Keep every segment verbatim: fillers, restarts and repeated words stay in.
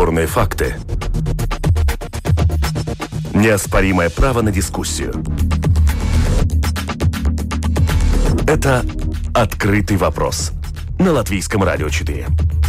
Бесспорные факты. Неоспоримое право на дискуссию. Это «Открытый вопрос» на Латвийском радио четыре.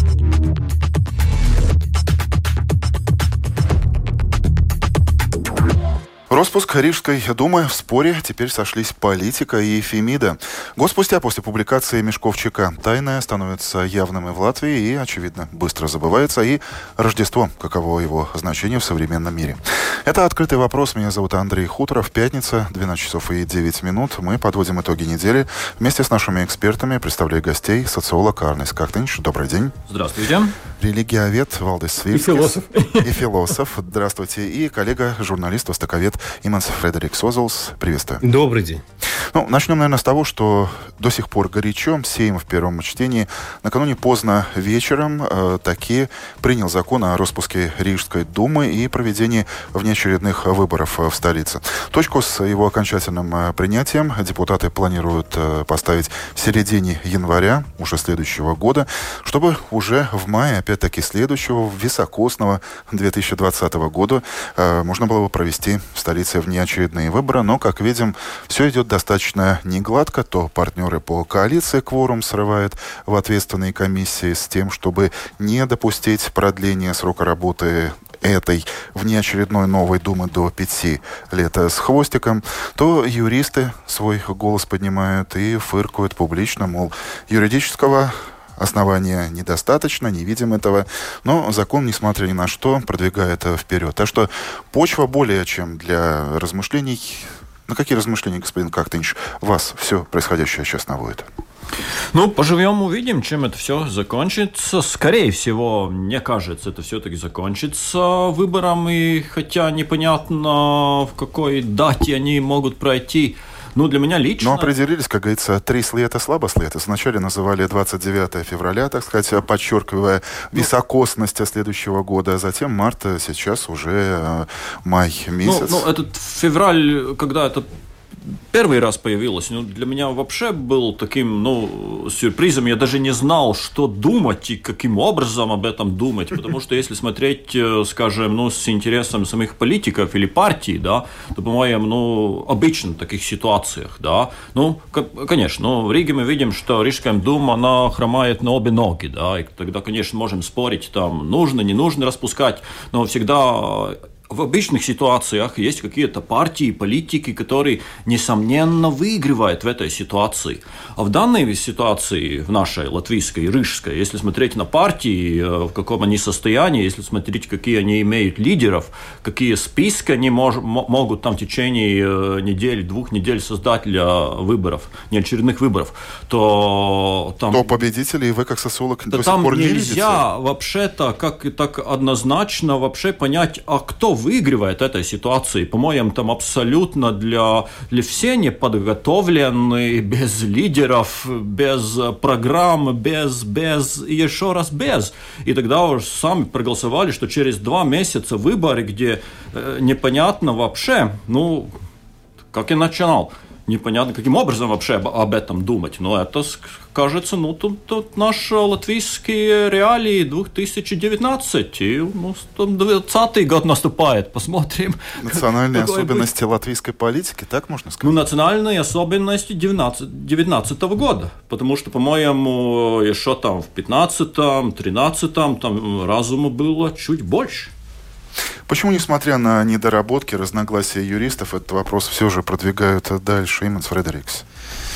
Роспуск Рижской думы в споре теперь сошлись политика и Фемида. Год спустя после публикации Мешковчика тайное становится явным и в Латвии, и, очевидно, быстро забывается, и Рождество, каково его значение в современном мире. Это «Открытый вопрос». Меня зовут Андрей Хуторов. Пятница, двенадцать часов и девять минут. Мы подводим итоги недели вместе с нашими экспертами. Представляю гостей. Социолог Арнис Кактинш. Добрый день. Здравствуйте. Религиовед Валдис Свирскис. И философ. И философ. Здравствуйте. И коллега, журналист, востоковед Иманс Фредерикс Озолс. Приветствую. Добрый день. Ну, начнем, наверное, с того, что до сих пор горячо Сейм в первом чтении накануне поздно вечером э, таки принял закон о распуске Рижской думы и проведении внеочередных выборов в столице. Точку с его окончательным э, принятием депутаты планируют э, поставить в середине января уже следующего года, чтобы уже в мае, опять-таки, следующего високосного две тысячи двадцатого года э, можно было бы провести в столице внеочередные выборы. Но, как видим, все идет достаточно негладко. То партнеры по коалиции кворум срывают в ответственной комиссии с тем, чтобы не допустить продления срока работы этой внеочередной новой думы до пяти лет с хвостиком, то юристы свой голос поднимают и фыркают публично, мол, юридического основания недостаточно, не видим этого, но закон, несмотря ни на что, продвигает вперед. Так что почва более чем для размышлений. На какие размышления, господин Кактинш, вас все происходящее сейчас наводит? Ну, поживем, увидим, чем это все закончится. Скорее всего, мне кажется, это все-таки закончится выбором, и хотя непонятно, в какой дате они могут пройти. Ну, для меня лично... Но определились, как говорится, три слета, слабо слета. Сначала называли двадцать девятое февраля, так сказать, подчеркивая високосность следующего года, а затем март, сейчас уже э, май месяц. Ну, ну, этот февраль, когда это первый раз появилось, ну, для меня вообще был таким, ну, сюрпризом. Я даже не знал, что думать и каким образом об этом думать, потому что если смотреть, скажем, ну, с интересом самих политиков или партий, да, то, по-моему, ну, обычно в таких ситуациях, да, ну, конечно, ну, в Риге мы видим, что Рижская дума, она хромает на обе ноги, да, и тогда, конечно, можем спорить, там, нужно, не нужно распускать, но всегда... В обычных ситуациях есть какие-то партии, политики, которые, несомненно, выигрывают в этой ситуации. А в данной ситуации, в нашей латвийской, рижской, если смотреть на партии, в каком они состоянии, если смотреть, какие они имеют лидеров, какие списки они мож, могут там в течение недели, двух недель создать для выборов, неочередных выборов, то там... То победители, и вы как социолог да до сих пор не видите? Нельзя вообще-то как так однозначно вообще понять, а кто выигрывает этой ситуации. По-моему, там абсолютно для, для всех неподготовленные, без лидеров, без программ, без, без и еще раз без. И тогда уже сами проголосовали, что через два месяца выборы, где э, непонятно вообще, ну, как и начинал, непонятно, каким образом вообще об, об этом думать. Но это, кажется, ну, тут, тут наши латвийские реалии две тысячи девятнадцатый, ну, двадцатый год наступает, посмотрим. Национальные особенности будет. Латвийской политики, так можно сказать? Ну, национальные особенности девятнадцатого года, потому что, по-моему, еще там в пятнадцатом, тринадцатом там разума было чуть больше. Почему, несмотря на недоработки, разногласия юристов, этот вопрос все же продвигают дальше? Иманс Фредерикс.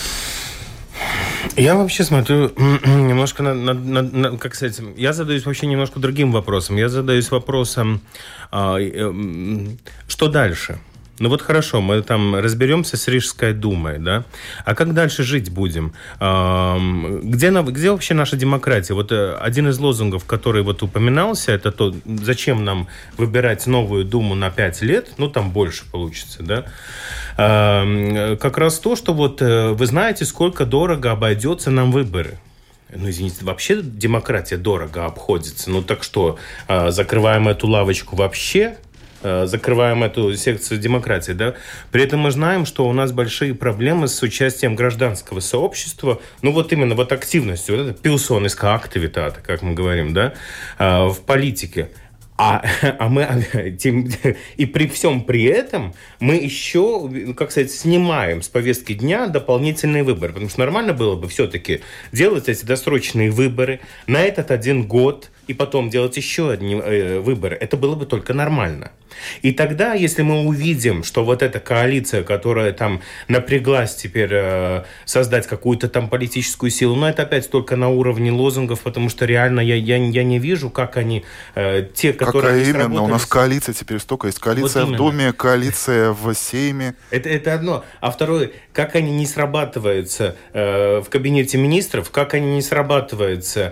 Я вообще смотрю немножко на, на, на, на, как сказать, я задаюсь вообще немножко другим вопросом. Я задаюсь вопросом, а, э, что дальше? Ну вот хорошо, мы там разберемся с Рижской думой, да? А как дальше жить будем? Где, где вообще наша демократия? Вот один из лозунгов, который вот упоминался, это то, зачем нам выбирать новую думу на пять лет, ну там больше получится, да? Как раз то, что вот вы знаете, сколько дорого обойдется нам выборы. Ну, извините, вообще демократия дорого обходится. Ну так что, закрываем эту лавочку вообще? Закрываем эту секцию демократии, да. При этом мы знаем, что у нас большие проблемы с участием гражданского сообщества, ну вот именно вот активностью, вот это пилсониская активитата, как мы говорим, да, в политике. А, а мы, тем, и при всем при этом мы еще, как сказать, снимаем с повестки дня дополнительные выборы. Потому что нормально было бы все-таки делать эти досрочные выборы на этот один год, и потом делать еще одни э, выборы. Это было бы только нормально. И тогда, если мы увидим, что вот эта коалиция, которая там напряглась теперь э, создать какую-то там политическую силу, но это опять только на уровне лозунгов, потому что реально я, я, я не вижу, как они, э, те, которые... Какая именно? У нас коалиция теперь столько есть. Коалиция вот в Думе, коалиция в Сейме. Это, это одно. А второе, как они не срабатываются э, в кабинете министров, как они не срабатываются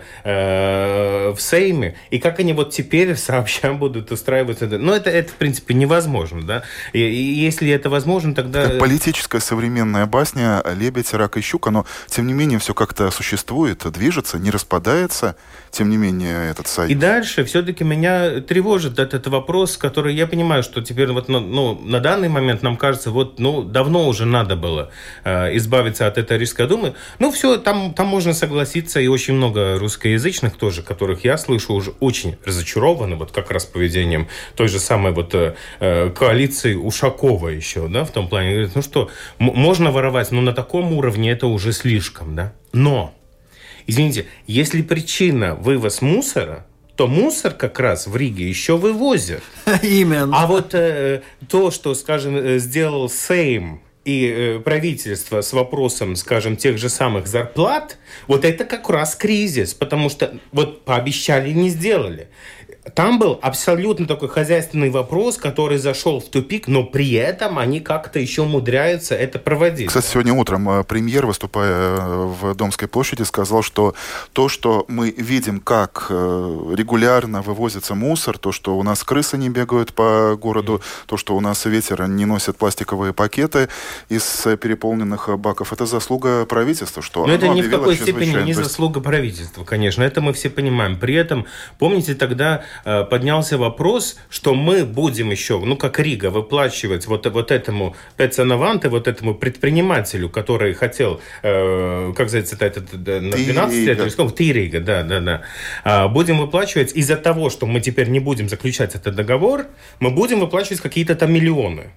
э, в Сейме, и как они вот теперь сообща будут устраиваться. Ну, это, это в принципе, невозможно, да? И, и если это возможно, тогда... Как политическая современная басня «Лебедь, рак и щука», но, тем не менее, все как-то существует, движется, не распадается, тем не менее, этот сайт. И дальше все-таки меня тревожит этот вопрос, который я понимаю, что теперь вот, ну, на данный момент нам кажется, вот, ну, давно уже надо было э, избавиться от этой Рижской думы. Ну, все, там, там можно согласиться, и очень много русскоязычных тоже, которых я слышу, уже очень разочарованы вот как раз поведением той же самой вот э, коалиции Ушакова еще, да, в том плане. Говорит, ну что, м- можно воровать, но на таком уровне это уже слишком, да. Но, извините, если причина вывоз мусора, то мусор как раз в Риге еще вывозят. Именно. А вот э, то, что, скажем, сделал Сейм и э, правительство с вопросом, скажем, тех же самых зарплат, вот это как раз кризис, потому что вот пообещали, не сделали. Там был абсолютно такой хозяйственный вопрос, который зашел в тупик, но при этом они как-то еще умудряются это проводить. Кстати, сегодня утром премьер, выступая в Домской площади, сказал, что то, что мы видим, как регулярно вывозится мусор, то, что у нас крысы не бегают по городу, то, что у нас ветер не носит пластиковые пакеты из переполненных баков, это заслуга правительства. Что но это ни в какой степени не заслуга правительства, конечно, это мы все понимаем. При этом, помните, тогда поднялся вопрос, что мы будем еще, ну, как Рига, выплачивать вот, вот этому Пецанаванте, вот этому предпринимателю, который хотел, э, как сказать, это, это, это на двенадцать лет, в Тирига, да, да, да. А, будем выплачивать из-за того, что мы теперь не будем заключать этот договор, мы будем выплачивать какие-то там миллионы.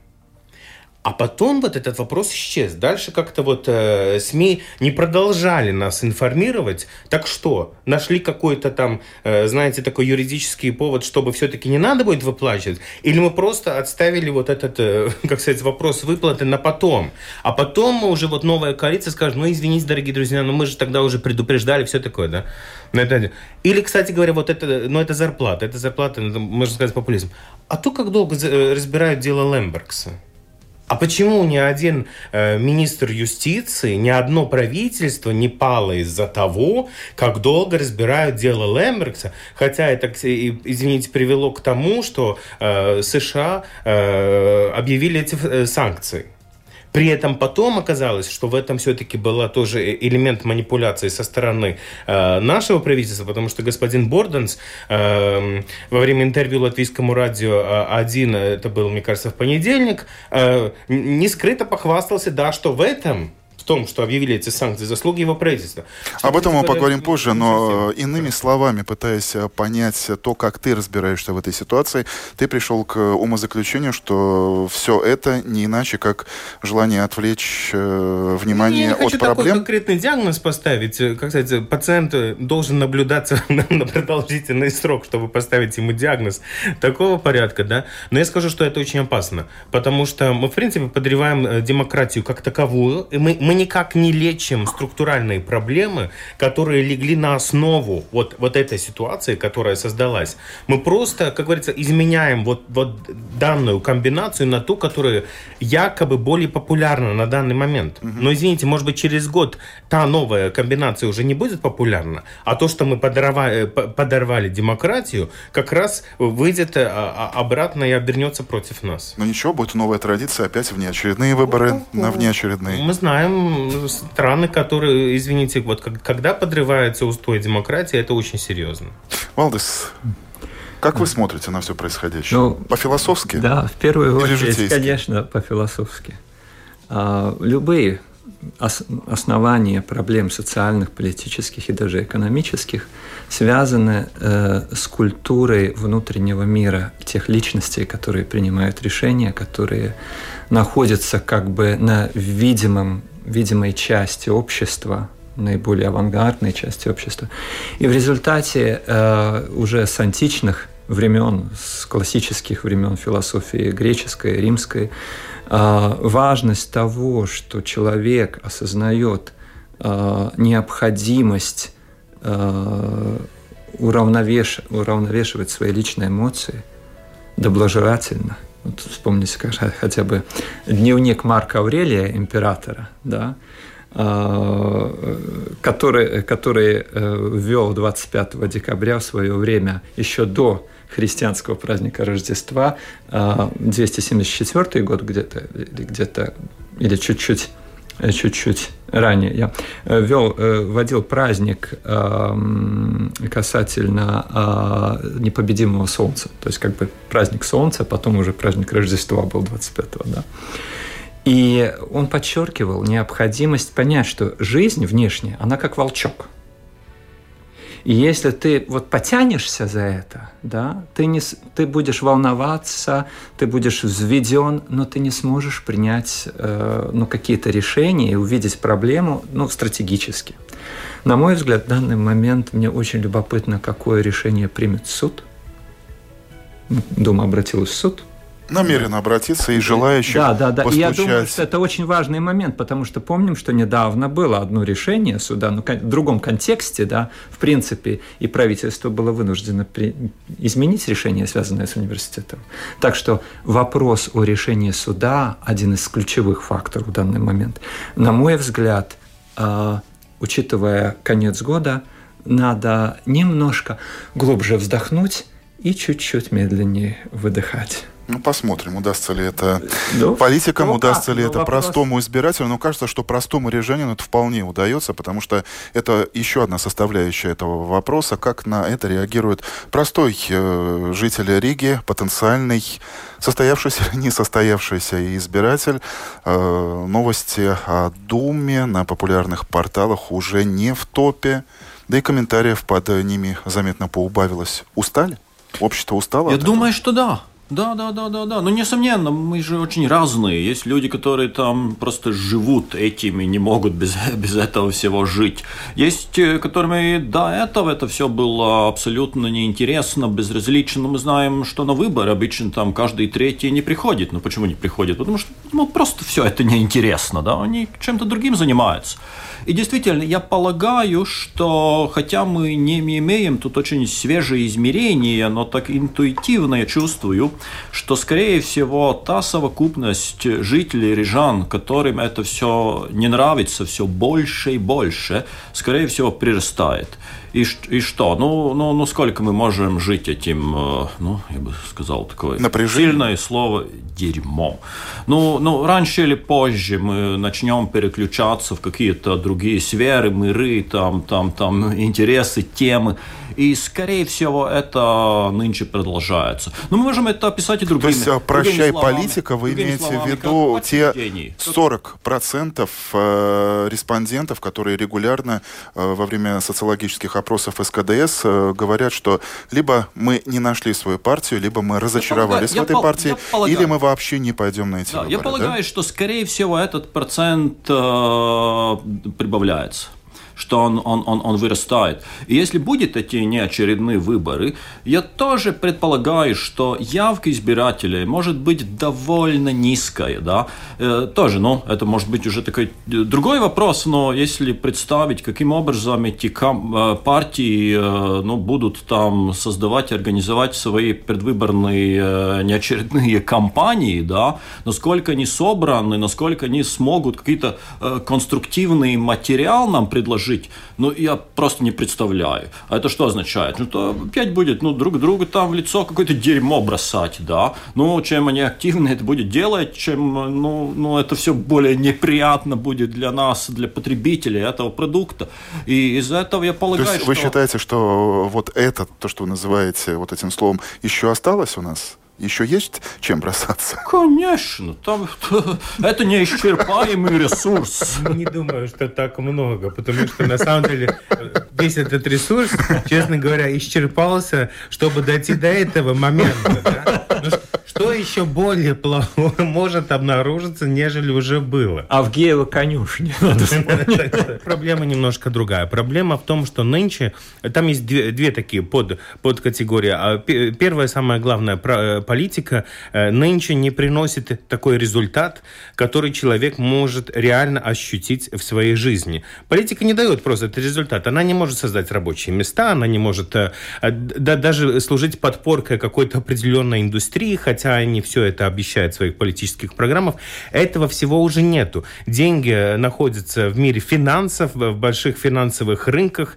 А потом вот этот вопрос исчез. Дальше как-то вот э, СМИ не продолжали нас информировать. Так что, нашли какой-то там, э, знаете, такой юридический повод, чтобы все-таки не надо будет выплачивать? Или мы просто отставили вот этот, э, как сказать, вопрос выплаты на потом? А потом мы уже вот новая коалиция скажет, ну, извините, дорогие друзья, но мы же тогда уже предупреждали, все такое, да? Или, кстати говоря, вот это, ну, это зарплата, это зарплата, можно сказать, популизм. А то как долго разбирают дело Лембергса? А почему ни один э, министр юстиции, ни одно правительство не пало из-за того, как долго разбирают дело Лембергса? Хотя это, извините, привело к тому, что э, США э, объявили эти э, санкции. При этом потом оказалось, что в этом все-таки был тоже элемент манипуляции со стороны э, нашего правительства, потому что господин Борданс э, во время интервью Латвийскому радио один, это был, мне кажется, в понедельник, э, не скрыто похвастался, да, что в этом... в том, что объявили эти санкции, заслуги его правительства. Об этом мы поговорим позже, но иными словами, пытаясь понять то, как ты разбираешься в этой ситуации, ты пришел к умозаключению, что все это не иначе, как желание отвлечь внимание от проблем. Я не хочу такой конкретный диагноз поставить. Как сказать, пациент должен наблюдаться на продолжительный срок, чтобы поставить ему диагноз такого порядка, да. Но я скажу, что это очень опасно, потому что мы, в принципе, подрываем демократию как таковую, и мы, мы никак не лечим структуральные проблемы, которые легли на основу вот, вот этой ситуации, которая создалась. Мы просто, как говорится, изменяем вот, вот данную комбинацию на ту, которая якобы более популярна на данный момент. Угу. Но, извините, может быть, через год та новая комбинация уже не будет популярна, а то, что мы подорвали, подорвали демократию, как раз выйдет обратно и обернется против нас. Но ничего, будет новая традиция, опять внеочередные выборы ну, на внеочередные. Мы знаем страны, которые, извините, вот когда подрывается устой демократии, это очень серьезно. Валдис, как вы смотрите на все происходящее? Ну, по-философски? Да, в первую Или очередь, житейски? Конечно, по-философски. А, любые основание проблем социальных, политических и даже экономических связаны э, с культурой внутреннего мира тех личностей, которые принимают решения, которые находятся как бы на видимом, видимой части общества, наиболее авангардной части общества. И в результате э, уже с античных времен, с классических времен философии греческой, римской, э, важность того, что человек осознает э, необходимость э, уравновеш... уравновешивать свои личные эмоции доброжелательно. Вот вспомните хотя бы дневник Марка Аврелия, императора, да, который, который ввел двадцать пятого декабря в свое время, еще до христианского праздника Рождества, двести семьдесят четвёртый год где-то, где-то или чуть-чуть, чуть-чуть ранее, я ввел, вводил праздник касательно непобедимого солнца. То есть как бы праздник солнца, потом уже праздник Рождества был двадцать пятого, да. И он подчеркивал необходимость понять, что жизнь внешняя, она как волчок. И если ты вот потянешься за это, да, ты, не, ты будешь волноваться, ты будешь взведен, но ты не сможешь принять э, ну, какие-то решения и увидеть проблему ну, стратегически. На мой взгляд, в данный момент мне очень любопытно, какое решение примет суд. Дума обратилась в суд. Намеренно обратиться и желающих да, да, да. постучать. И я думаю, что это очень важный момент, потому что помним, что недавно было одно решение суда, ну, в другом контексте, да, в принципе, и правительство было вынуждено при... изменить решение, связанное с университетом. Так что вопрос о решении суда – один из ключевых факторов в данный момент. На мой взгляд, э, учитывая конец года, надо немножко глубже вздохнуть и чуть-чуть медленнее выдыхать. Ну, посмотрим, удастся ли это ну, политикам, ну, удастся да, ли ну, это вопрос... простому избирателю. Но кажется, что простому рижанину это вполне удается, потому что это еще одна составляющая этого вопроса, как на это реагирует простой э, житель Риги, потенциальный состоявшийся или несостоявшийся избиратель. Э, новости о Думе на популярных порталах уже не в топе, да и комментариев под ними заметно поубавилось. Устали? Общество устало? Я думаю, что да. Да, да, да, да, да. Ну, несомненно, мы же очень разные. Есть люди, которые там просто живут этим и не могут без, без этого всего жить. Есть, которыми до этого это все было абсолютно неинтересно, безразлично. Но мы знаем, что на выборы обычно там каждый третий не приходит. Ну, почему не приходит? Потому что ну, просто все это неинтересно, да. Они чем-то другим занимаются. И действительно, я полагаю, что хотя мы не имеем тут очень свежие измерения, но так интуитивно я чувствую, что, скорее всего, та совокупность жителей Рижан, которым это все не нравится, все больше и больше, скорее всего, прирастает. И, и что? Ну, ну, ну, сколько мы можем жить этим, ну, я бы сказал, такое напряжение. Сильное слово «дерьмо». Ну, ну, раньше или позже мы начнем переключаться в какие-то другие сферы, миры, там, там, там, интересы, темы. И, скорее всего, это нынче продолжается. Но мы можем это описать и другими. То есть, прощай, словами, политика, вы имеете словами, в виду те гений. сорок процентов респондентов, которые регулярно во время социологических опросов эс ка дэ эс говорят, что либо мы не нашли свою партию, либо мы разочаровались я в этой пол- партии, полагаю, или мы вообще не пойдем на эти да, выборы. Я полагаю, да? что, скорее всего, этот процент э, прибавляется. Что он, он, он, он вырастает. И если будут эти неочередные выборы, я тоже предполагаю, что явка избирателей может быть довольно низкая. Да? Э, тоже, ну, это может быть уже такой другой вопрос, но если представить, каким образом эти кам- партии э, ну, будут там создавать, организовать свои предвыборные э, неочередные кампании, да? Насколько они собраны, насколько они смогут какие-то э, конструктивный материал нам предложить, ну, я просто не представляю. А это что означает? Ну, то опять будет, ну, друг другу там в лицо какое-то дерьмо бросать, да. Ну, чем они активно это будут делать, чем, ну, ну, это все более неприятно будет для нас, для потребителей этого продукта. И из-за этого я полагаю, что... То есть вы считаете, что вот это, то, что вы называете вот этим словом, еще осталось у нас? Еще есть чем бросаться? Конечно, там это неисчерпаемый ресурс. Не думаю, что так много, потому что на самом деле весь этот ресурс, честно говоря, исчерпался, чтобы дойти до этого момента. Да? Что еще более плохого может обнаружиться, нежели уже было? Авгеева конюшня. Проблема немножко другая. Проблема в том, что нынче там есть две, две такие под, подкатегории. Первая, самая главная, политика нынче не приносит такой результат, который человек может реально ощутить в своей жизни. Политика не дает просто этот результат. Она не может создать рабочие места, она не может да, даже служить подпоркой какой-то определенной индустрии, хотя они все это обещают в своих политических программах. Этого всего уже нету. Деньги находятся в мире финансов, в больших финансовых рынках,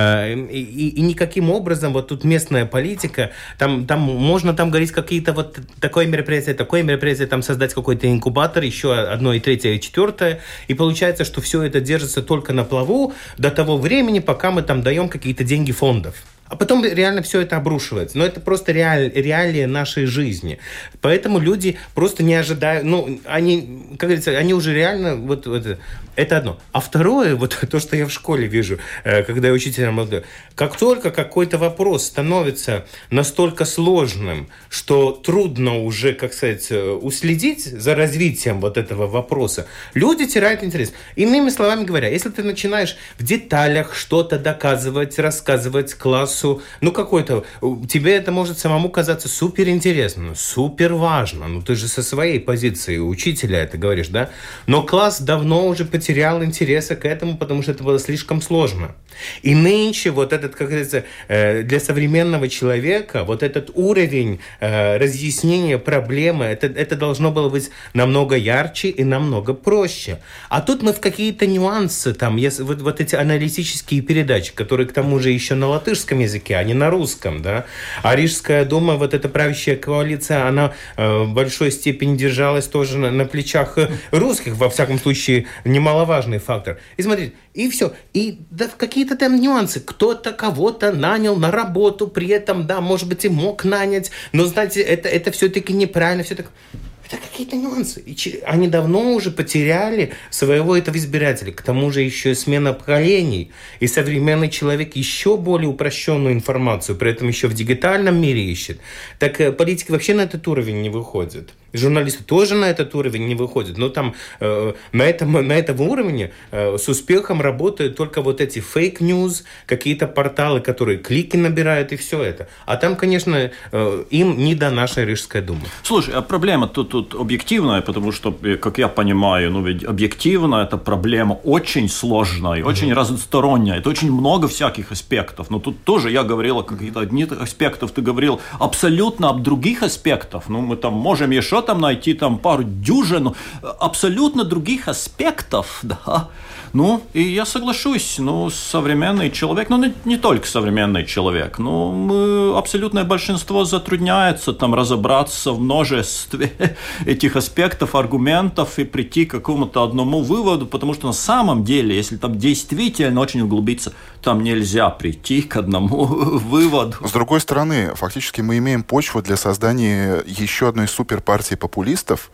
и, и никаким образом вот тут местная политика, там, там можно там говорить какие-то вот такое мероприятие, такое мероприятие, там создать какой-то инкубатор, еще одно, и третье, и четвертое, и получается, что все это держится только на плаву до того времени, пока мы там даем какие-то деньги фондов. А потом реально все это обрушивается. Но это просто реаль, реалии нашей жизни. Поэтому люди просто не ожидают... Ну, они, как говорится, они уже реально... Вот, вот, это одно. А второе, вот то, что я в школе вижу, когда я учителем молодой. Как только какой-то вопрос становится настолько сложным, что трудно уже, как сказать, уследить за развитием вот этого вопроса, люди теряют интерес. Иными словами говоря, если ты начинаешь в деталях что-то доказывать, рассказывать классу, ну, какой-то... Тебе это может самому казаться суперинтересно, супер важно. Ну, ты же со своей позиции учителя это говоришь, да? Но класс давно уже потерял интереса к этому, потому что это было слишком сложно. И нынче вот этот, как говорится, для современного человека вот этот уровень разъяснения проблемы, это, это должно было быть намного ярче и намного проще. А тут мы в какие-то нюансы, там, если, вот, вот эти аналитические передачи, которые к тому же еще на латышском языке, а не на русском, да. А Рижская дума, вот эта правящая коалиция, она э, в большой степени держалась тоже на, на плечах русских, во всяком случае, немаловажный фактор. И смотрите, и все. И да, какие-то там нюансы. Кто-то кого-то нанял на работу, при этом, да, может быть, и мог нанять, но, знаете, это, это все-таки неправильно, все так... Это какие-то нюансы. И они давно уже потеряли своего этого избирателя. К тому же еще и смена поколений. И современный человек еще более упрощенную информацию, при этом еще в дигитальном мире ищет. Так политики вообще на этот уровень не выходят. Журналисты тоже на этот уровень не выходят. Но там э, на, этом, на этом уровне э, с успехом работают только вот эти фейк-ньюс, какие-то порталы, которые клики набирают и все это. А там, конечно, э, им не до нашей Рижской думы. Слушай, а проблема тут, тут объективная, потому что, как я понимаю, ну ведь объективно эта проблема очень сложная, mm-hmm. очень разносторонняя. Это очень много всяких аспектов. Но тут тоже я говорил о каких-то одних аспектах, ты говорил абсолютно об других аспектах. Ну, мы там можем еще там найти там пару дюжин абсолютно других аспектов, да. Ну, и я соглашусь, ну, современный человек, ну, не, не только современный человек, но мы, абсолютное большинство затрудняется там разобраться в множестве этих аспектов, аргументов и прийти к какому-то одному выводу, потому что на самом деле, если там действительно очень углубиться, там нельзя прийти к одному выводу. С другой стороны, фактически мы имеем почву для создания еще одной суперпартии популистов,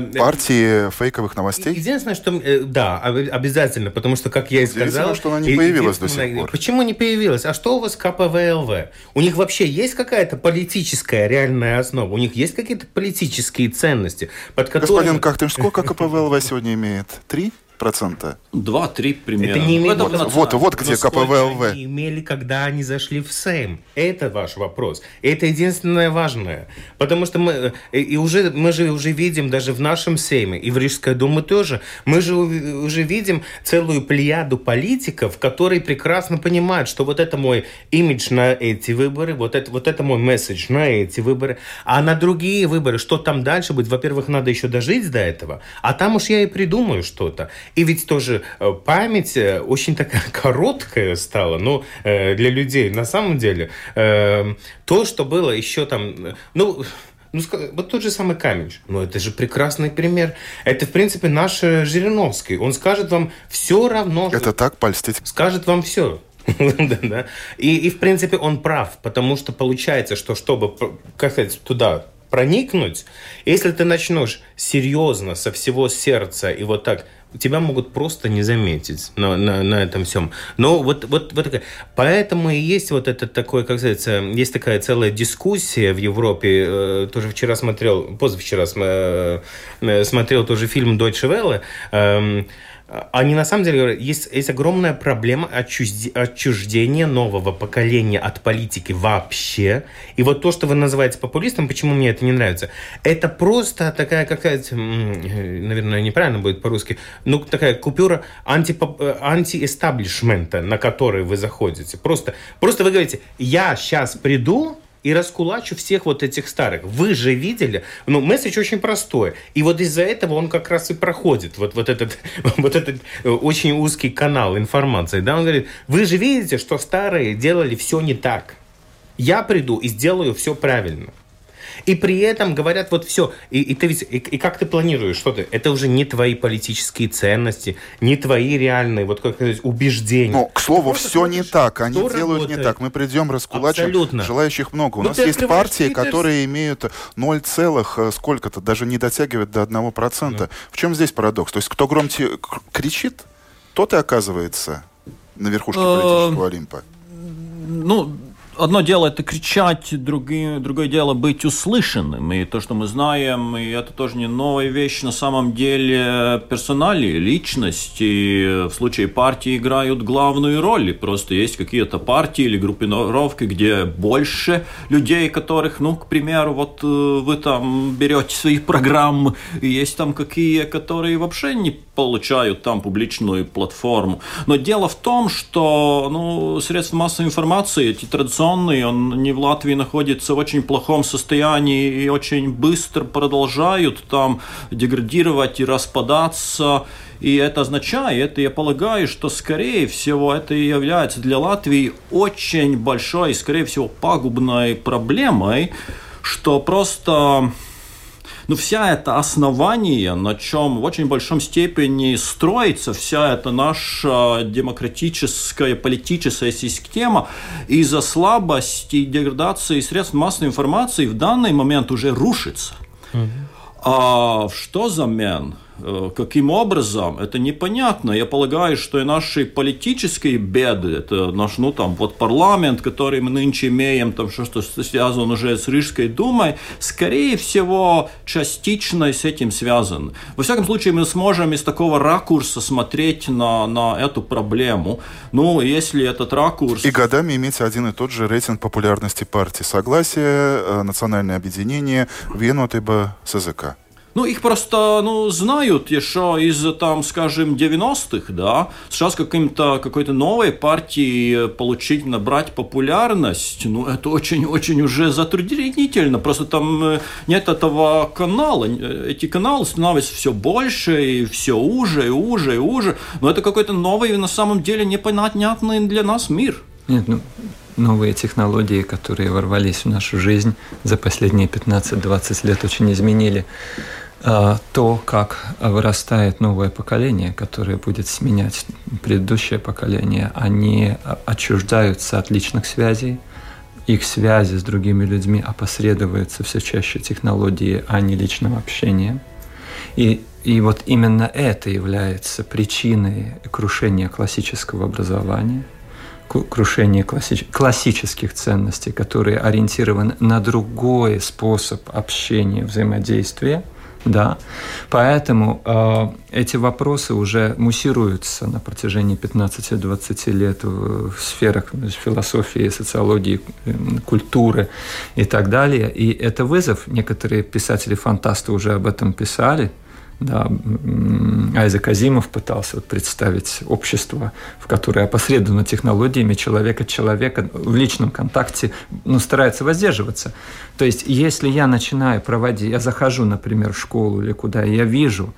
партии фейковых новостей. Единственное, что, да, обязательно. Потому что, как я и сказал... что она не появилась до сих пор. Почему не появилась? А что у вас ка пэ вэ эл вэ? У них вообще есть какая-то политическая реальная основа? У них есть какие-то политические ценности, под которыми... Господин Кахтыш, сколько ка пэ вэ эл вэ сегодня имеет? Три процента? Два-три примерно. Это не имеет... Вот, вот, вот где ка пэ вэ эл вэ. Они имели, когда они зашли в Сейм. Это ваш вопрос. Это единственное важное. Потому что мы, и уже, мы же уже видим даже в нашем Сейме, и в Рижской думе тоже, мы же уже видим целую плеяду политиков, которые прекрасно понимают, что вот это мой имидж на эти выборы, вот это, вот это мой месседж на эти выборы, а на другие выборы, что там дальше будет, во-первых, надо еще дожить до этого, а там уж я и придумаю что-то. И ведь тоже память очень такая короткая стала, ну, для людей. На самом деле, то, что было еще там, ну, ну, вот тот же самый Каменш, ну, это же прекрасный пример. Это, в принципе, наш Жириновский. Он скажет вам все равно... Это так польстить? Скажет вам все. и, и, в принципе, он прав, потому что получается, что чтобы, как сказать, туда... проникнуть. Если ты начнешь серьезно, со всего сердца и вот так, тебя могут просто не заметить на, на, на этом всем. Но вот, вот, вот такая. Поэтому и есть вот это такое, как сказать, есть такая целая дискуссия в Европе. Э, тоже вчера смотрел, позавчера см, э, смотрел тоже фильм Deutsche Welle. Э, Они на самом деле говорят, есть, есть огромная проблема отчуждения нового поколения от политики вообще. И вот то, что вы называете популистом, почему мне это не нравится, это просто такая какая-то, наверное, неправильно будет по-русски, ну, такая купюра антипоп... анти-эстаблишмента, на который вы заходите. Просто, просто вы говорите, я сейчас приду и раскулачу всех вот этих старых. Вы же видели? Ну, месседж очень простой. И вот из-за этого он как раз и проходит. Вот, вот, этот, вот этот очень узкий канал информации. Да? Он говорит, вы же видите, что старые делали все не так. Я приду и сделаю все правильно. И при этом говорят вот все. И, и, ты, и, и как ты планируешь? Что ты? Это уже не твои политические ценности, не твои реальные вот, как сказать, убеждения. Ну, к слову, все хочешь, не так. Они делают работает? не так. Мы придем, раскулачим. Абсолютно. Желающих много. У ну, нас есть партии, твиттер... которые имеют ноль целых сколько-то, даже не дотягивают до одного процента. Ну. В чем здесь парадокс? То есть кто громче кричит, тот и оказывается на верхушке политического Олимпа. Ну... Одно дело это кричать, другое, другое дело быть услышанным. И то, что мы знаем, и это тоже не новая вещь, на самом деле персонали, личности в случае партии играют главную роль. И просто есть какие-то партии или группировки, где больше людей, которых, ну, к примеру, вот вы там берете свои программы, и есть там какие, которые вообще не получают там публичную платформу. Но дело в том, что, ну, средства массовой информации, эти традиционные, он не в Латвии находится в очень плохом состоянии и очень быстро продолжают там деградировать и распадаться. И это означает, и я полагаю, что, скорее всего, это и является для Латвии очень большой, скорее всего, пагубной проблемой, что просто... Ну, вся это основание, на чем в очень большом степени строится вся эта наша демократическая политическая система, из-за слабости и деградации средств массовой информации в данный момент уже рушится. Mm-hmm. А что взамен? Каким образом? Это непонятно. Я полагаю, что и наши политические беды, это наш, ну, там, вот парламент, который мы нынче имеем, там, что связано уже с Рижской думой, скорее всего, частично с этим связан. Во всяком случае, мы сможем из такого ракурса смотреть на, на эту проблему. Ну, если этот ракурс... И годами иметь один и тот же рейтинг популярности партии. Согласие, национальное объединение, Венотыба, СЗК. Ну, их просто, ну, знают еще из, там, скажем, девяностых, да. Сейчас каким-то, какой-то новой партии получить, набрать популярность, ну, это очень-очень уже затруднительно. Просто там нет этого канала. Эти каналы становятся все больше, и все уже, и уже, и уже. Но это какой-то новый, на самом деле, непонятный для нас мир. Нет, ну... Новые технологии, которые ворвались в нашу жизнь за последние пятнадцать-двадцать лет, очень изменили э, то, как вырастает новое поколение, которое будет сменять предыдущее поколение. Они отчуждаются от личных связей, их связи с другими людьми опосредуются все чаще технологии, а не личного общения. И, и вот именно это является причиной крушения классического образования, крушение класси- классических ценностей, которые ориентированы на другой способ общения, взаимодействия. Да. Поэтому э, эти вопросы уже муссируются на протяжении пятнадцати-двадцати лет в сферах философии, социологии, культуры и так далее. И это вызов. Некоторые писатели-фантасты уже об этом писали. Да, Айзек Азимов пытался вот представить общество, в которое опосредовано технологиями человек от человека в личном контакте, ну, старается воздерживаться. То есть, если я начинаю проводить, я захожу, например, в школу или куда, и я вижу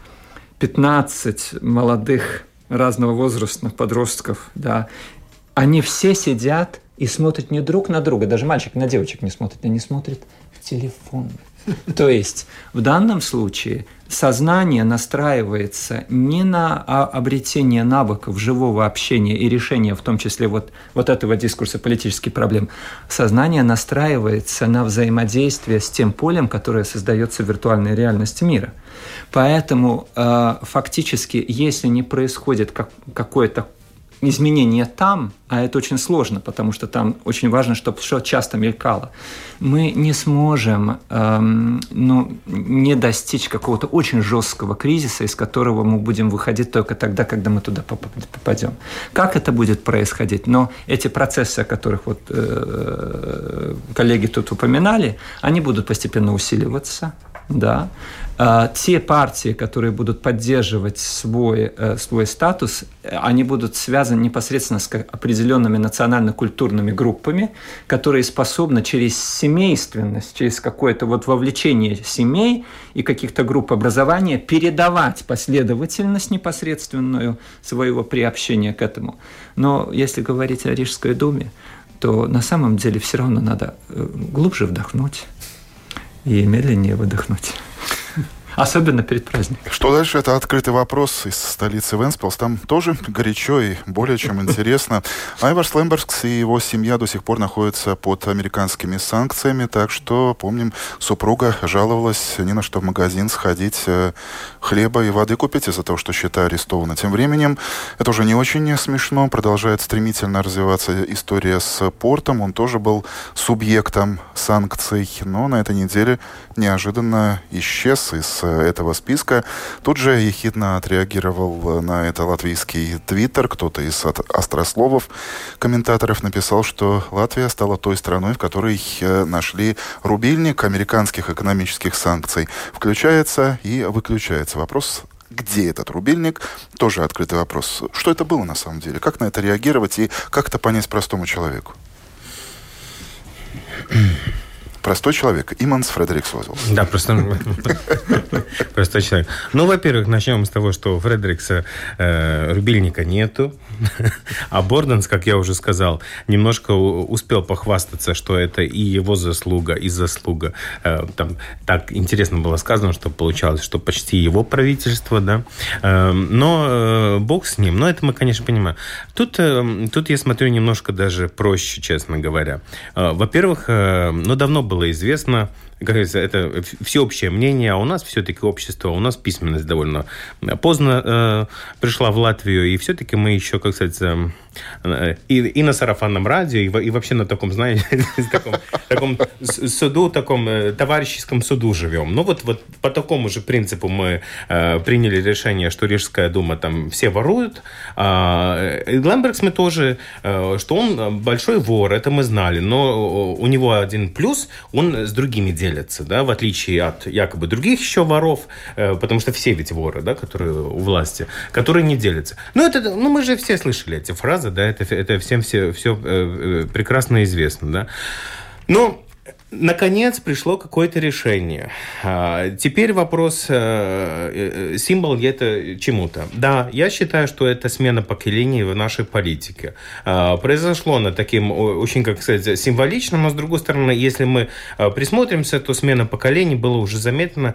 пятнадцать молодых разного возраста подростков, да, они все сидят и смотрят не друг на друга, даже мальчик на девочек не смотрит, они смотрят в телефон. То есть в данном случае сознание настраивается не на обретение навыков живого общения и решения, в том числе вот, вот этого дискурса политических проблем. Сознание настраивается на взаимодействие с тем полем, которое создается в виртуальной реальности мира. Поэтому э, фактически, если не происходит как, какое-то изменение там, а это очень сложно, потому что там очень важно, чтобы что часто мелькало, мы не сможем эм, ну, не достичь какого-то очень жесткого кризиса, из которого мы будем выходить только тогда, когда мы туда попадем. Как это будет происходить? Но эти процессы, о которых вот, э, коллеги тут упоминали, они будут постепенно усиливаться. Да. Те партии, которые будут поддерживать свой, свой статус, они будут связаны непосредственно с определенными национально-культурными группами, которые способны через семейственность, через какое-то вот вовлечение семей и каких-то групп образования передавать последовательность непосредственную своего приобщения к этому. Но если говорить о Рижской думе, то на самом деле все равно надо глубже вдохнуть и медленнее выдохнуть. Особенно перед праздником. Что дальше? Это открытый вопрос из столицы Вентспилс. Там тоже горячо и более чем интересно. Айварс Лембергс и его семья до сих пор находятся под американскими санкциями, так что, помним, супруга жаловалась ни на что в магазин сходить, хлеба и воды купить из-за того, что счета арестованы. Тем временем, это уже не очень смешно, продолжает стремительно развиваться история с портом. Он тоже был субъектом санкций, но на этой неделе неожиданно исчез из этого списка. Тут же ехидно отреагировал на это латвийский твиттер. Кто-то из острословов, комментаторов, написал, что Латвия стала той страной, в которой нашли рубильник американских экономических санкций. Включается и выключается. Вопрос, где этот рубильник, тоже открытый вопрос. Что это было на самом деле? Как на это реагировать и как это понять простому человеку? Простой человек. Иманс Фредерикс Озелс. Да, просто простой человек. Ну, во-первых, начнем с того, что у Фредерикса э, рубильника нету. А Борденс, как я уже сказал, немножко успел похвастаться, что это и его заслуга, и заслуга. Э, там так интересно было сказано, что получалось, что почти его правительство, да. Э, но э, бог с ним. Но это мы, конечно, понимаем. Тут, э, тут я смотрю немножко даже проще, честно говоря. Э, во-первых, э, ну, давно было известно, как говорится, это всеобщее мнение, а у нас все-таки общество, у нас письменность довольно поздно э, пришла в Латвию, и все-таки мы еще, как сказать, э, и, и на сарафанном радио, и, и вообще на таком, знаете, таком, таком суду, таком э, товарищеском суду живем. Ну вот, вот по такому же принципу мы э, приняли решение, что Рижская дума там все воруют, а Лембергс мы тоже, э, что он большой вор, это мы знали, но у него один плюс, он с другими делится, да, в отличие от якобы других еще воров, э, потому что все ведь воры, да, которые у власти, которые не делятся. Ну, это, ну, мы же все слышали эти фразы, да, это, это всем все, все э, прекрасно известно, да. Но наконец пришло какое-то решение. Теперь вопрос, символ это чему-то. Да, я считаю, что это смена поколений в нашей политике. Произошло на таким очень, как сказать, символичным, но с другой стороны, если мы присмотримся, то смена поколений была уже заметна.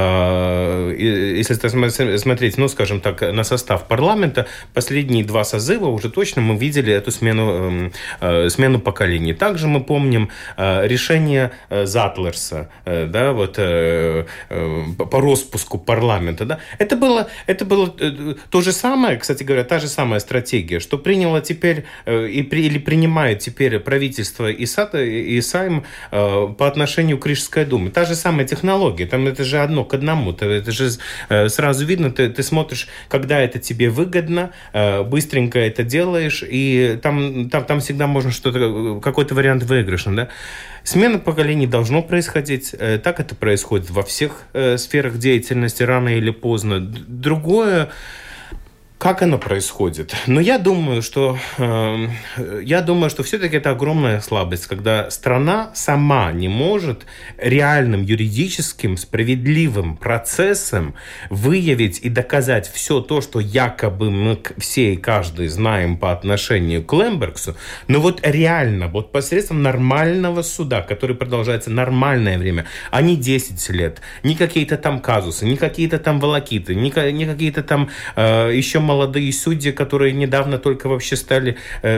Если смотреть, ну, скажем так, на состав парламента, последние два созыва уже точно мы видели эту смену, смену поколений. Также мы помним решение Затлерса, да, вот по распуску парламента, да. Это было, это было то же самое, кстати говоря, та же самая стратегия, что приняло теперь и при, или принимает теперь правительство и, Сата, и Сайм по отношению к Рижской думе. Та же самая технология, там это же одно к одному, это же сразу видно, ты, ты смотришь, когда это тебе выгодно, быстренько это делаешь, и там, там, там всегда можно что-то, какой-то вариант выигрышный, да. Смена поколений должно происходить. Так это происходит во всех сферах деятельности рано или поздно. Другое, Как оно происходит? Но я думаю, что э, я думаю, что все-таки это огромная слабость, когда страна сама не может реальным юридическим справедливым процессом выявить и доказать все то, что якобы мы все и каждый знаем по отношению к Лембергсу, но вот реально, вот посредством нормального суда, который продолжается нормальное время, а не десять лет, не какие-то там казусы, не какие-то там волокиты, не, не какие-то там э, еще молодые судьи, которые недавно только вообще стали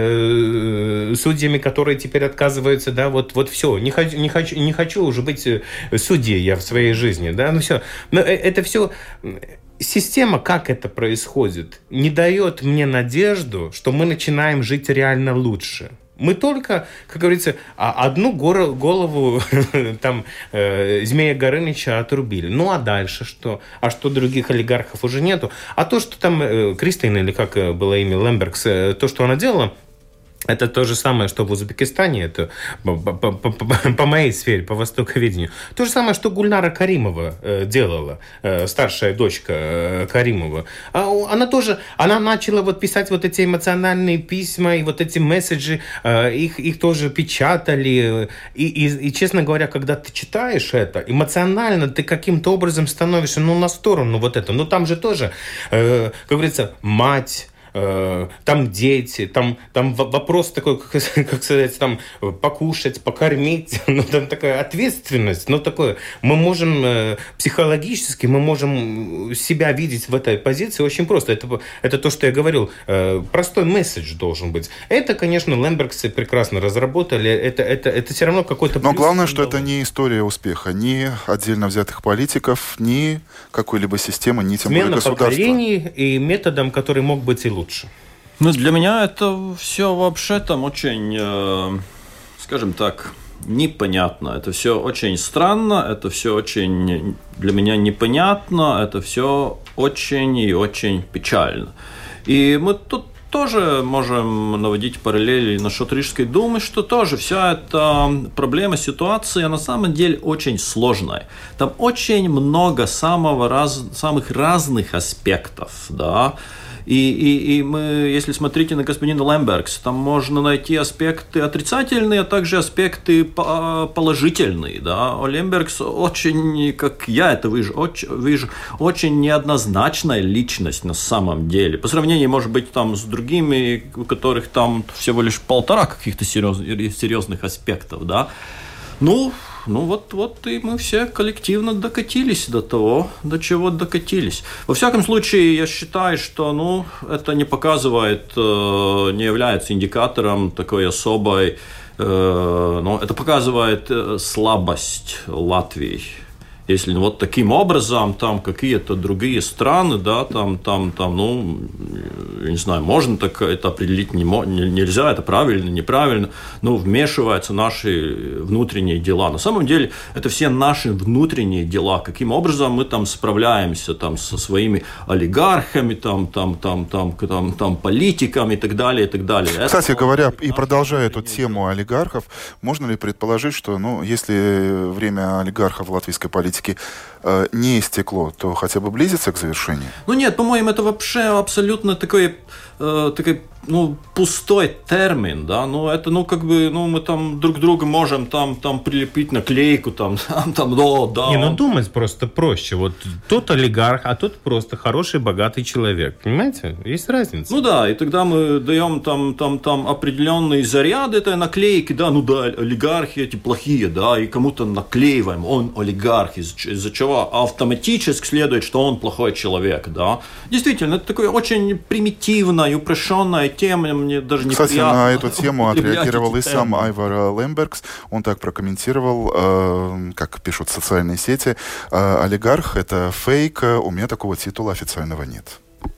э, судьями, которые теперь отказываются, да, вот, вот все, не хочу, не, хочу, не хочу уже быть судьей я в своей жизни, да, ну все. Но это все... Система, как это происходит, не дает мне надежду, что мы начинаем жить реально лучше. Мы только, как говорится, одну гору, голову там э, Змея Горыныча отрубили. Ну, а дальше что? А что, других олигархов уже нету? А то, что там э, Кристина, или как было имя, Лембергс, э, то, что она делала, это то же самое, что в Узбекистане, это по, по, по, по моей сфере, по востоковедению. То же самое, что Гульнара Каримова э, делала, э, старшая дочка э, Каримова. А, она тоже, она начала вот писать вот эти эмоциональные письма и вот эти месседжи, э, их, их тоже печатали. И, и, и, честно говоря, когда ты читаешь это, эмоционально ты каким-то образом становишься, ну, на сторону вот это. Ну, там же тоже, э, как говорится, мать, там дети, там, там вопрос такой, как, как сказать, там покушать, покормить, ну, там такая ответственность, ну, такое, мы можем психологически, мы можем себя видеть в этой позиции очень просто, это, это то, что я говорил, простой месседж должен быть. Это, конечно, Лембергсы прекрасно разработали, это, это, это все равно какой-то... Но главное, что это не история успеха, ни отдельно взятых политиков, ни какой-либо системы, ни тем более государства. Смена поколений и методом, который мог быть и лучше. Ну, для меня это все вообще там очень, э, скажем так, непонятно. Это все очень странно, это все очень для меня непонятно, это все очень и очень печально. И мы тут тоже можем наводить параллели насчет Рижской думы, что тоже вся эта проблема, ситуация на самом деле очень сложная. Там очень много самого раз, самых разных аспектов, да. И, и, и мы, если смотрите на господина Лембергса, там можно найти аспекты отрицательные, а также аспекты положительные. Да? Лембергс очень, как я это вижу, очень, вижу, очень неоднозначная личность на самом деле. По сравнению, может быть, там, с другими, у которых там всего лишь полтора каких-то серьезных, серьезных аспектов. Да? Ну, ну вот, вот и мы все коллективно докатились до того, до чего докатились. Во всяком случае, я считаю, что ну, это не показывает, не является индикатором такой особой, но это показывает слабость Латвии. Если вот таким образом там какие-то другие страны, да, там, там, там, ну, я не знаю, можно так это определить, не, нельзя, это правильно, неправильно, но вмешиваются наши внутренние дела. На самом деле это все наши внутренние дела, каким образом мы там справляемся там, со своими олигархами, там, там, там, там, там, там, политиками и так далее, и так далее. Кстати это, говоря, и продолжая эту тему олигархов, можно ли предположить, что, ну, если время олигархов в латвийской политике не истекло, то хотя бы близится к завершению? Ну нет, по-моему, это вообще абсолютно такой, э, такой ну, пустой термин, да, ну это, ну, как бы, ну, мы там друг друга можем там, там прилепить наклейку, там, там, там, да, да. Не, ну, думать просто проще, вот тот олигарх, а тот просто хороший, богатый человек, понимаете, есть разница. Ну да, и тогда мы даем там, там, там определенный заряд этой наклейки, да, ну да, олигархи эти плохие, да, и кому-то наклеиваем, он олигарх, из- из-за чего автоматически следует, что он плохой человек, да. Действительно, это такое очень примитивное, упрощенное тема, мне даже не Кстати, приятно. на эту тему отреагировал и сам Айвар Лембергс. Он так прокомментировал, э, как пишут социальные сети, э, олигарх — это фейк, у меня такого титула официального нет.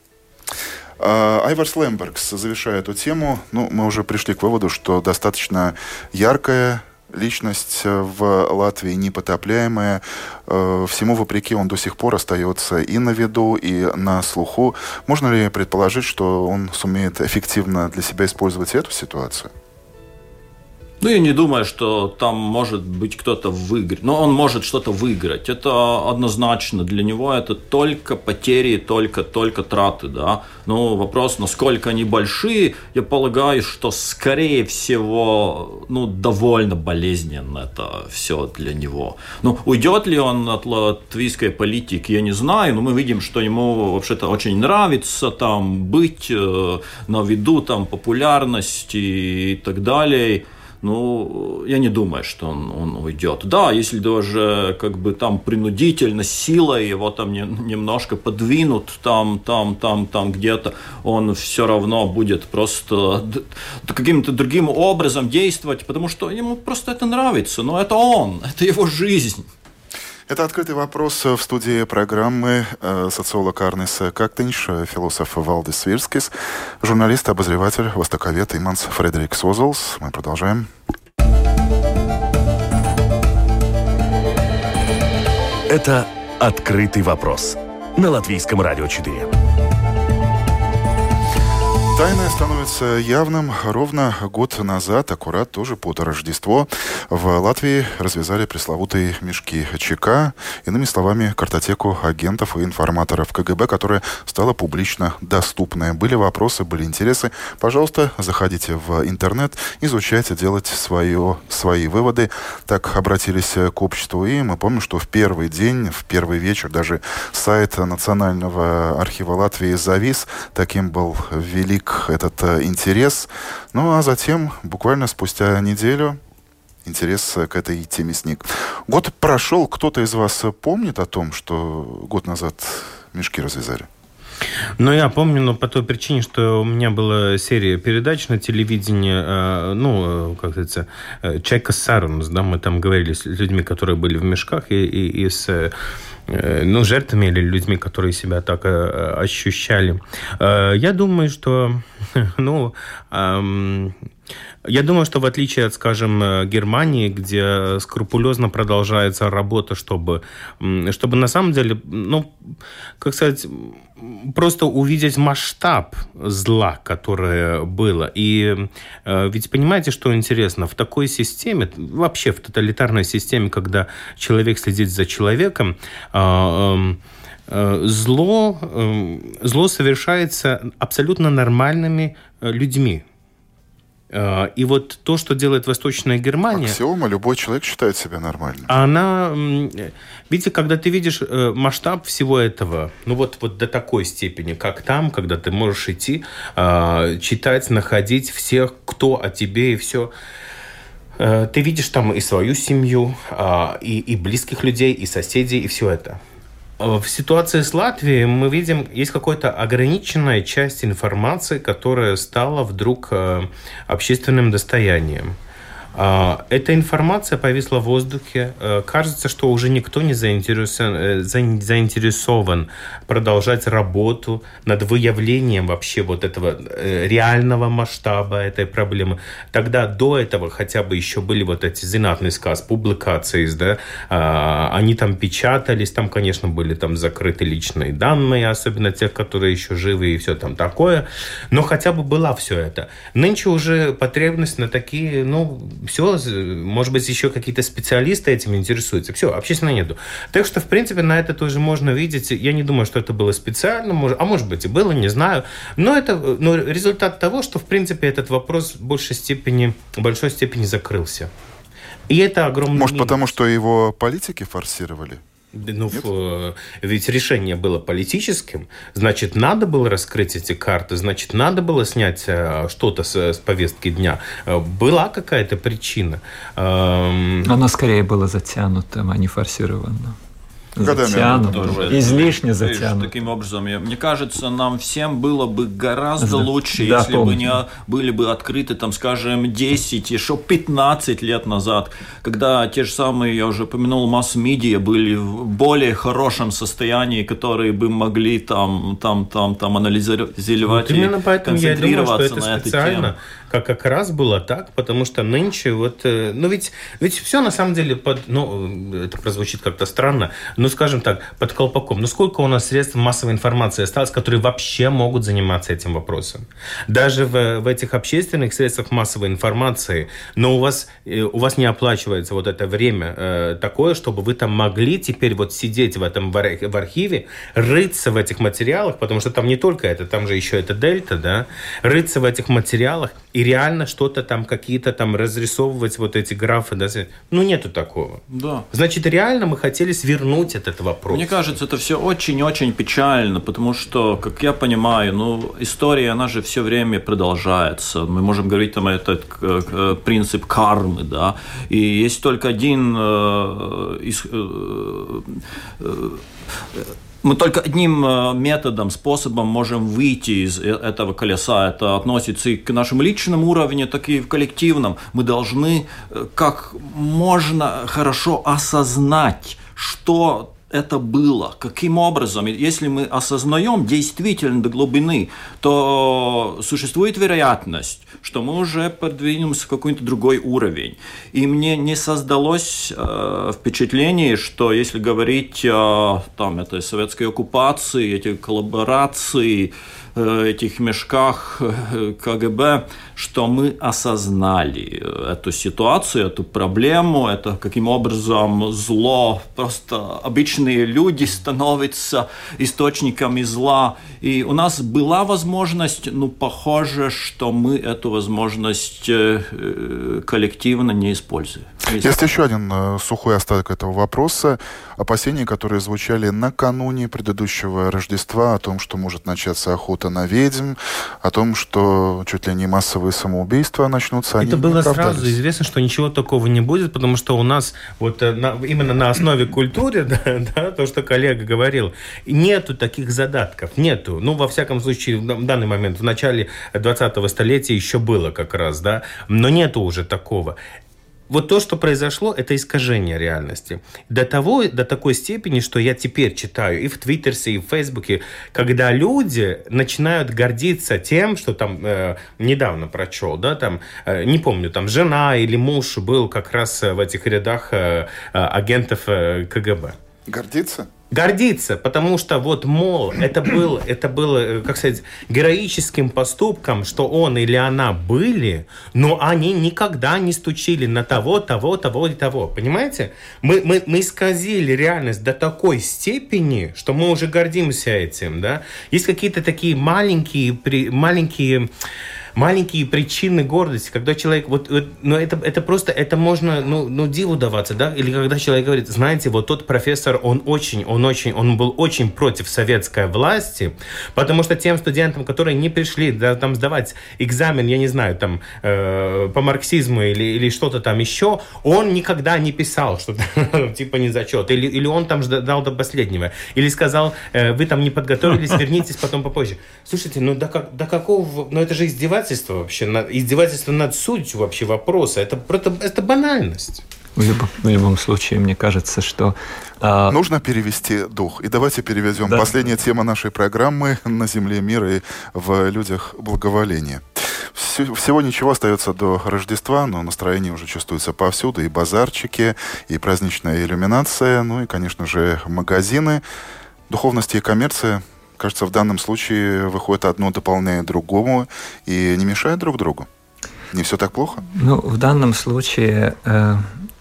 Э, Айварс Лембергс, завершая эту тему, ну, мы уже пришли к выводу, что достаточно яркая личность в Латвии, непотопляемая. Всему вопреки, он до сих пор остается и на виду, и на слуху. Можно ли предположить, что он сумеет эффективно для себя использовать эту ситуацию? Ну, я не думаю, что там может быть кто-то выиграть. Но он может что-то выиграть. Это однозначно. Для него это только потери, только, только траты. Да? Но вопрос, насколько они большие, я полагаю, что, скорее всего, ну, довольно болезненно это все для него. Ну, уйдет ли он от латвийской политики, я не знаю. Но мы видим, что ему вообще-то очень нравится там быть э, на виду, там, популярности и так далее. Ну, я не думаю, что он, он уйдет. Да, если даже как бы там принудительно, силой его там не, немножко подвинут, там, там, там, там где-то, он все равно будет просто каким-то другим образом действовать, потому что ему просто это нравится. Но это он, это его жизнь. Это «Открытый вопрос» в студии программы социолог Арнис Кактинш, философ Валдис Свирскис, журналист, обозреватель, востоковед Иманс Фредерикс Озолс. Мы продолжаем. Это «Открытый вопрос» на Латвийском радио четыре. Тайное становится явным. Ровно год назад, аккурат тоже под Рождество, в Латвии развязали пресловутые мешки ЧК, иными словами, картотеку агентов и информаторов КГБ, которая стала публично доступной. Были вопросы, были интересы. Пожалуйста, заходите в интернет, изучайте, делайте свое, свои выводы. Так обратились к обществу, и мы помним, что в первый день, в первый вечер даже сайт Национального архива Латвии завис. Таким был велик этот интерес. Ну, а затем, буквально спустя неделю, интерес к этой теме сник. Год прошел. Кто-то из вас помнит о том, что год назад мешки развязали? Ну, я помню, но по той причине, что у меня была серия передач на телевидении, ну, как говорится, «Чайка Сарунс», да, мы там говорили с людьми, которые были в мешках, и, и, и с... ну, жертвами или людьми, которые себя так э, ощущали. Э, я думаю, что, ну, э, я думаю, что в отличие от, скажем, Германии, где скрупулезно продолжается работа, чтобы, чтобы на самом деле, ну, как сказать, просто увидеть масштаб зла, которое было. И э, ведь понимаете, что интересно? В такой системе, вообще в тоталитарной системе, когда человек следит за человеком, э, э, зло, э, зло совершается абсолютно нормальными э, людьми. И вот то, что делает Восточная Германия... Аксиома, любой человек считает себя нормальным. Она... Видите, когда ты видишь масштаб всего этого, ну вот, вот до такой степени, как там, когда ты можешь идти, читать, находить всех, кто о тебе и все... Ты видишь там и свою семью, и, и близких людей, и соседей, и все это. В ситуации с Латвией мы видим, есть какая-то ограниченная часть информации, которая стала вдруг общественным достоянием. Эта информация повисла в воздухе. Кажется, что уже никто не заинтересован, заинтересован продолжать работу над выявлением вообще вот этого реального масштаба этой проблемы. Тогда до этого хотя бы еще были вот эти зинатный сказ, публикации, да, они там печатались, там, конечно, были там закрыты личные данные, особенно тех, которые еще живы и все там такое, но хотя бы была все это. Нынче уже потребность на такие, ну, все, может быть, еще какие-то специалисты этим интересуются. Все, общественно нету. Так что, в принципе, на это тоже можно видеть. Я не думаю, что это было специально, может, а может быть и было, не знаю. Но это но результат того, что, в принципе, этот вопрос в большей степени, в большой степени закрылся. И это огромный Может, минус. потому что его политики форсировали? Ну, в, ведь решение было политическим, значит, надо было раскрыть эти карты, значит, надо было снять а, что-то с, с повестки дня. Была какая-то причина. Оно скорее было затянутым, а не форсированным. Затянут, излишне затянут. Таким образом, мне кажется, нам всем было бы гораздо да. лучше, да, если помню. бы не были бы открыты, там, скажем, десять, еще пятнадцать лет назад, когда те же самые, я уже упомянул, масс-медиа были в более хорошем состоянии, которые бы могли там, там, там, там анализировать вот и именно поэтому я думаю, что это на специально, эту тему. как как раз было так, потому что нынче вот, ну ведь, ведь все на самом деле под, ну, это прозвучит как-то странно, ну, скажем так, под колпаком. Ну, сколько у нас средств массовой информации осталось, которые вообще могут заниматься этим вопросом? Даже в, в этих общественных средствах массовой информации, но у вас, у вас не оплачивается вот это время э, такое, чтобы вы там могли теперь вот сидеть в этом в архиве, рыться в этих материалах, потому что там не только это, там же еще это дельта, да, рыться в этих материалах и реально что-то там, какие-то там разрисовывать вот эти графы, да, ну, нету такого. Да. Значит, реально мы хотели свернуть этот вопрос. Мне кажется, это все очень-очень печально, потому что, как я понимаю, ну, история, она же все время продолжается. Мы можем говорить там этот принцип кармы, да, и есть только один э, из, э, э, мы только одним методом, способом можем выйти из этого колеса. Это относится и к нашему личному уровню, так и в коллективном. Мы должны как можно хорошо осознать, что это было, каким образом. Если мы осознаем действительно до глубины, то существует вероятность, что мы уже подвинемся в какой-то другой уровень. И мне не создалось э, впечатление, что если говорить о там, этой советской оккупации, этих коллабораций, э, этих мешках э, КГБ, что мы осознали эту ситуацию, эту проблему, это каким образом зло, просто обычные люди становятся источниками зла. И у нас была возможность, ну, похоже, что мы эту возможность э, коллективно не используем. Есть еще один э, сухой остаток этого вопроса. Опасения, которые звучали накануне предыдущего Рождества, о том, что может начаться охота на ведьм, о том, что чуть ли не массовые самоубийства начнутся. Это было сразу известно, что ничего такого не будет, потому что у нас вот на, именно на основе культуры, да, да, то, что коллега говорил, нету таких задатков, нету. Ну, во всяком случае, в данный момент, в начале двадцатого столетия еще было как раз, да, но нету уже такого. Вот то, что произошло, это искажение реальности. До того, до такой степени, что я теперь читаю и в Твиттере, и в Фейсбуке, когда люди начинают гордиться тем, что там э, недавно прочел, да, там, э, не помню, там жена или муж был как раз в этих рядах э, агентов э, КГБ. Гордиться? Гордиться, потому что вот, мол, это был, это было, как сказать, героическим поступком, что он или она были, но они никогда не стучили на того, того, того и того. Понимаете? Мы, мы, мы исказили реальность до такой степени, что мы уже гордимся этим, да? Есть какие-то такие маленькие, маленькие маленькие причины гордости, когда человек, вот, вот ну, это, это просто, это можно, ну, ну, диву даваться, да, или когда человек говорит, знаете, вот тот профессор, он очень, он очень, он был очень против советской власти, потому что тем студентам, которые не пришли, да, там, сдавать экзамен, я не знаю, там, э, по марксизму или, или что-то там еще, он никогда не писал, что типа не зачет, или, или он там ждал до последнего, или сказал, э, вы там не подготовились, вернитесь потом попозже. Слушайте, ну, до, как, до какого, ну, это же издевательство вообще, издевательство над сутью вообще вопроса. Это, это, это банальность. В любом, в любом случае, мне кажется, что... Э... Нужно перевести дух. И давайте переведем. Да. Последняя тема нашей программы «На земле мира и в людях благоволение». Всего ничего остается до Рождества, но настроение уже чувствуется повсюду. И базарчики, и праздничная иллюминация, ну и, конечно же, магазины. Духовность и коммерция, кажется, в данном случае выходит одно дополняет другому и не мешает друг другу. Не все так плохо? Ну, в данном случае э,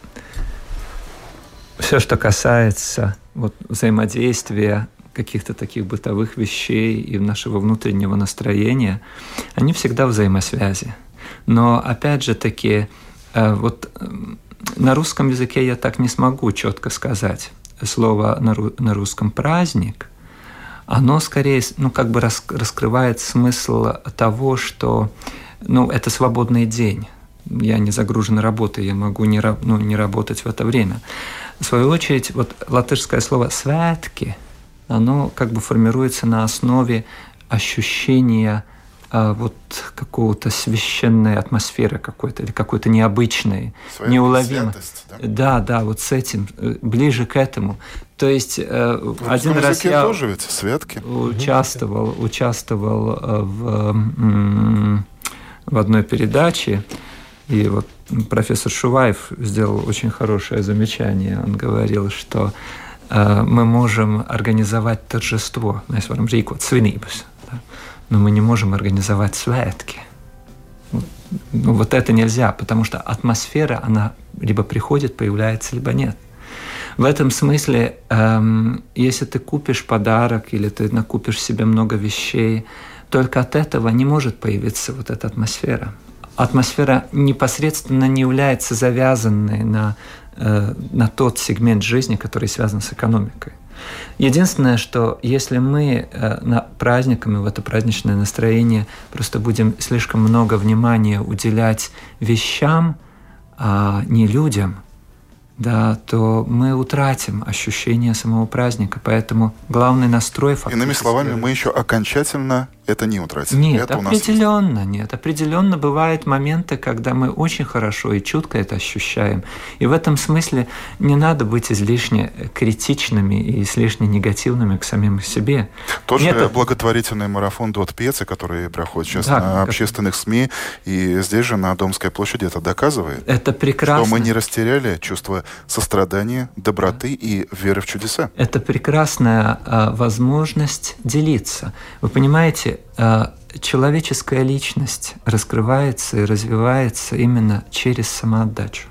все, что касается вот, взаимодействия каких-то таких бытовых вещей и нашего внутреннего настроения, они всегда в взаимосвязи. Но, опять же таки, э, вот э, на русском языке я так не смогу четко сказать. Слово на, ру- на русском «праздник», оно скорее, ну, как бы рас, раскрывает смысл того, что, ну, это свободный день. Я не загружен работой, я могу не, ну, не работать в это время. В свою очередь, вот латышское слово «святки», оно как бы формируется на основе ощущения а, вот какого-то священной атмосферы какой-то, или какой-то необычной, неуловимой. Да? да, да, вот с этим, ближе к этому. То есть э, один раз я тоже ведь святки. участвовал, участвовал в, в одной передаче, и вот профессор Шуваев сделал очень хорошее замечание. Он говорил, что э, мы можем организовать торжество, mēs varam rīkot svinības, да? Но мы не можем организовать svētки. Ну, вот это нельзя, потому что атмосфера, она либо приходит, появляется, либо нет. В этом смысле, эм, если ты купишь подарок или ты накупишь себе много вещей, только от этого не может появиться вот эта атмосфера. Атмосфера непосредственно не является завязанной на, э, на тот сегмент жизни, который связан с экономикой. Единственное, что если мы э, на праздниками, в это праздничное настроение просто будем слишком много внимания уделять вещам, а не людям, да, то мы утратим ощущение самого праздника. Поэтому главный настрой фактически... Иными словами, мы еще окончательно это не утратим. Нет, это определенно у нас... нет. Определенно бывают моменты, когда мы очень хорошо и чутко это ощущаем. И в этом смысле не надо быть излишне критичными и излишне негативными к самим себе. Тот же это... благотворительный марафон «Дот Пецы», который проходит сейчас да, на как... общественных СМИ, и здесь же на Домской площади это доказывает. Это прекрасно. Что мы не растеряли чувство сострадания, доброты и веры в чудеса. Это прекрасная а, возможность делиться. Вы понимаете, а, человеческая личность раскрывается и развивается именно через самоотдачу.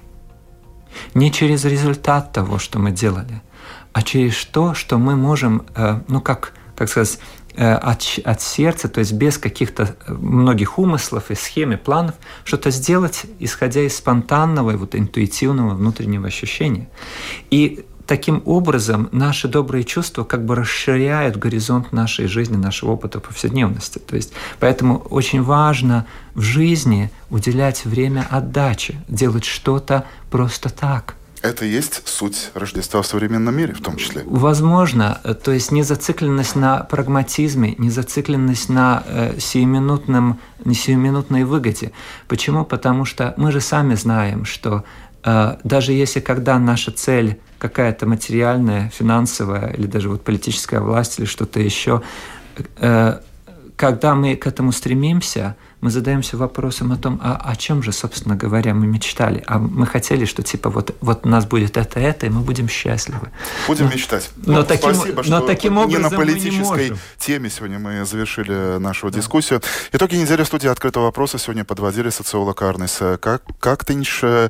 Не через результат того, что мы делали, а через то, что мы можем, а, ну как, как сказать, От, от сердца, то есть без каких-то многих умыслов и схем, и планов, что-то сделать, исходя из спонтанного и вот интуитивного внутреннего ощущения. И таким образом наши добрые чувства как бы расширяют горизонт нашей жизни, нашего опыта повседневности. То есть, поэтому очень важно в жизни уделять время отдаче, делать что-то просто так. Это и есть суть Рождества в современном мире, в том числе. Возможно, то есть не зацикленность на прагматизме, не зацикленность на э, сиюминутном, не сиюминутной выгоде. Почему? Потому что мы же сами знаем, что э, даже если когда наша цель какая-то материальная, финансовая или даже вот политическая власть или что-то еще, э, когда мы к этому стремимся, мы задаемся вопросом о том, а о чем же, собственно говоря, мы мечтали. А мы хотели, что типа вот, вот у нас будет это, это, и мы будем счастливы. Будем но, мечтать. Но ну, таким, спасибо, но что таким не на политической не теме сегодня мы завершили нашу да. дискуссию. Итоги недели в студии «Открытого вопроса» сегодня подводили социолог Арнис Кактинш, э,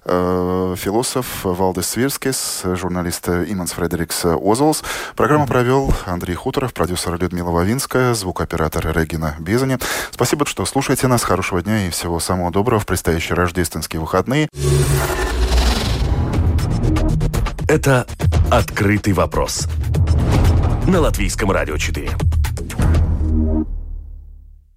философ Валдис Свирскис, журналист Иманс Фредерикс Озолс. Программу провел Андрей Хуторов, продюсер Людмила Вавинская, звукооператор Регина Безани. Спасибо, что слушаете нас. Хорошего дня и всего самого доброго в предстоящие рождественские выходные. Это «Открытый вопрос» на Латвийском радио четыре.